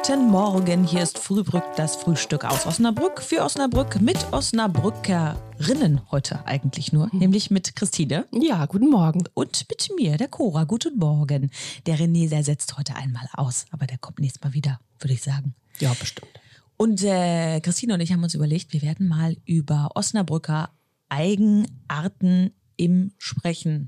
Guten Morgen, hier ist Frühbrück, das Frühstück aus Osnabrück für Osnabrück mit Osnabrückerinnen heute eigentlich nur, nämlich mit Christine. Ja, guten Morgen. Und mit mir, der Cora. Guten Morgen. Der René, der setzt heute einmal aus, aber der kommt nächstes Mal wieder, würde ich sagen. Ja, bestimmt. Und Christine und ich haben uns überlegt, wir werden mal über Osnabrücker Eigenarten im Sprechen,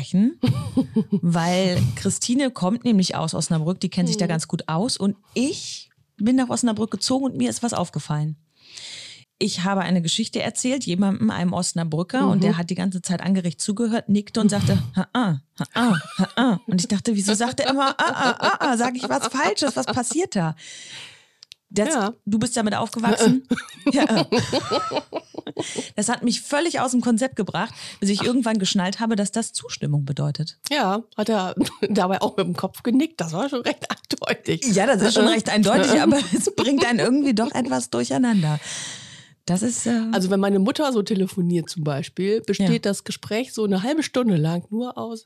weil Christine kommt nämlich aus Osnabrück, die kennt sich da ganz gut aus und ich bin nach Osnabrück gezogen und mir ist was aufgefallen. Ich habe eine Geschichte erzählt, jemandem, einem Osnabrücker, und der hat die ganze Zeit angeregt zugehört, nickte und sagte, und ich dachte, wieso sagt er immer, sag ich was Falsches, was passiert da? Du bist damit aufgewachsen? Ja. Das hat mich völlig aus dem Konzept gebracht, bis ich irgendwann geschnallt habe, dass das Zustimmung bedeutet. Ja, hat er dabei auch mit dem Kopf genickt. Das war schon recht eindeutig. Ja, das ist schon recht eindeutig, aber es bringt einen irgendwie doch etwas durcheinander. Das ist, Also wenn meine Mutter so telefoniert zum Beispiel, besteht das Gespräch so eine halbe Stunde lang nur aus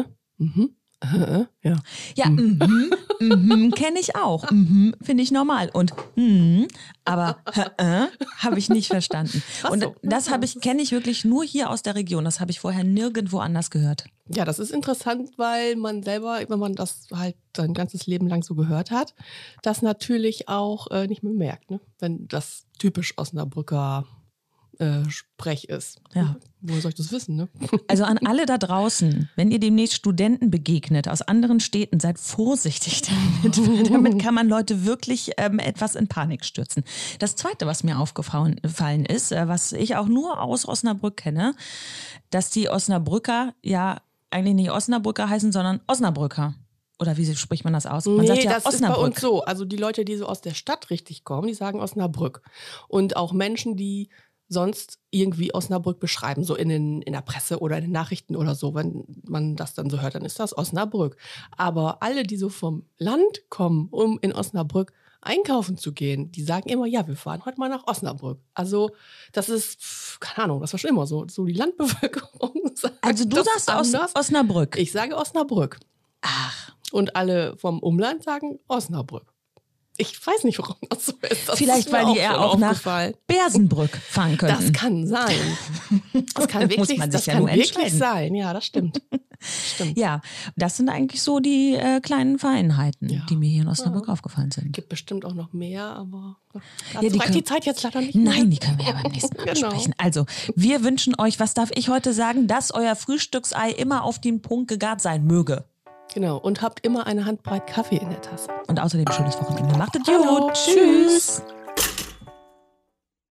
Ja, kenne ich auch. Finde ich normal. Und aber habe ich nicht verstanden. Und das kenne ich wirklich nur hier aus der Region. Das habe ich vorher nirgendwo anders gehört. Ja, das ist interessant, weil man selber, wenn man das halt sein ganzes Leben lang so gehört hat, das natürlich auch nicht mehr merkt, ne? Wenn das typisch Osnabrücker Sprech ist. Ja. Woher soll ich das wissen, ne? Also an alle da draußen, wenn ihr demnächst Studenten begegnet aus anderen Städten, seid vorsichtig damit, weil damit kann man Leute wirklich etwas in Panik stürzen. Das Zweite, was mir aufgefallen ist, was ich auch nur aus Osnabrück kenne, dass die Osnabrücker ja eigentlich nicht Osnabrücker heißen, sondern Osnabrücker. Oder wie spricht man das aus? Man sagt ja das Osnabrück. ist bei uns so. Also die Leute, die so aus der Stadt richtig kommen, die sagen Osnabrück. Und auch Menschen, die sonst irgendwie Osnabrück beschreiben, so in der Presse oder in den Nachrichten oder so, wenn man das dann so hört, dann ist das Osnabrück. Aber alle, die so vom Land kommen, um in Osnabrück einkaufen zu gehen, die sagen immer, ja, wir fahren heute mal nach Osnabrück. Also das ist, keine Ahnung, das war schon immer so die Landbevölkerung sagt. Also du sagst Osnabrück? Ich sage Osnabrück. Ach. Und alle vom Umland sagen Osnabrück. Ich weiß nicht, warum das so ist. Das Vielleicht, ist mir weil die eher auch nach Bersenbrück fahren könnten. Das kann sein. Das kann wirklich, muss man sich das ja kann nur wirklich entscheiden. sein. Ja, das stimmt. Ja, das sind eigentlich so die kleinen Feinheiten, die mir hier in Osnabrück aufgefallen sind. Gibt bestimmt auch noch mehr, aber die Zeit jetzt leider nicht mehr. Nein, die können wir ja beim nächsten Mal besprechen. Also, wir wünschen euch, was darf ich heute sagen, dass euer Frühstücksei immer auf den Punkt gegart sein möge. Genau, und habt immer eine Handbreit Kaffee in der Tasse. Und außerdem schönes Wochenende. Macht es Hallo, gut. Tschüss.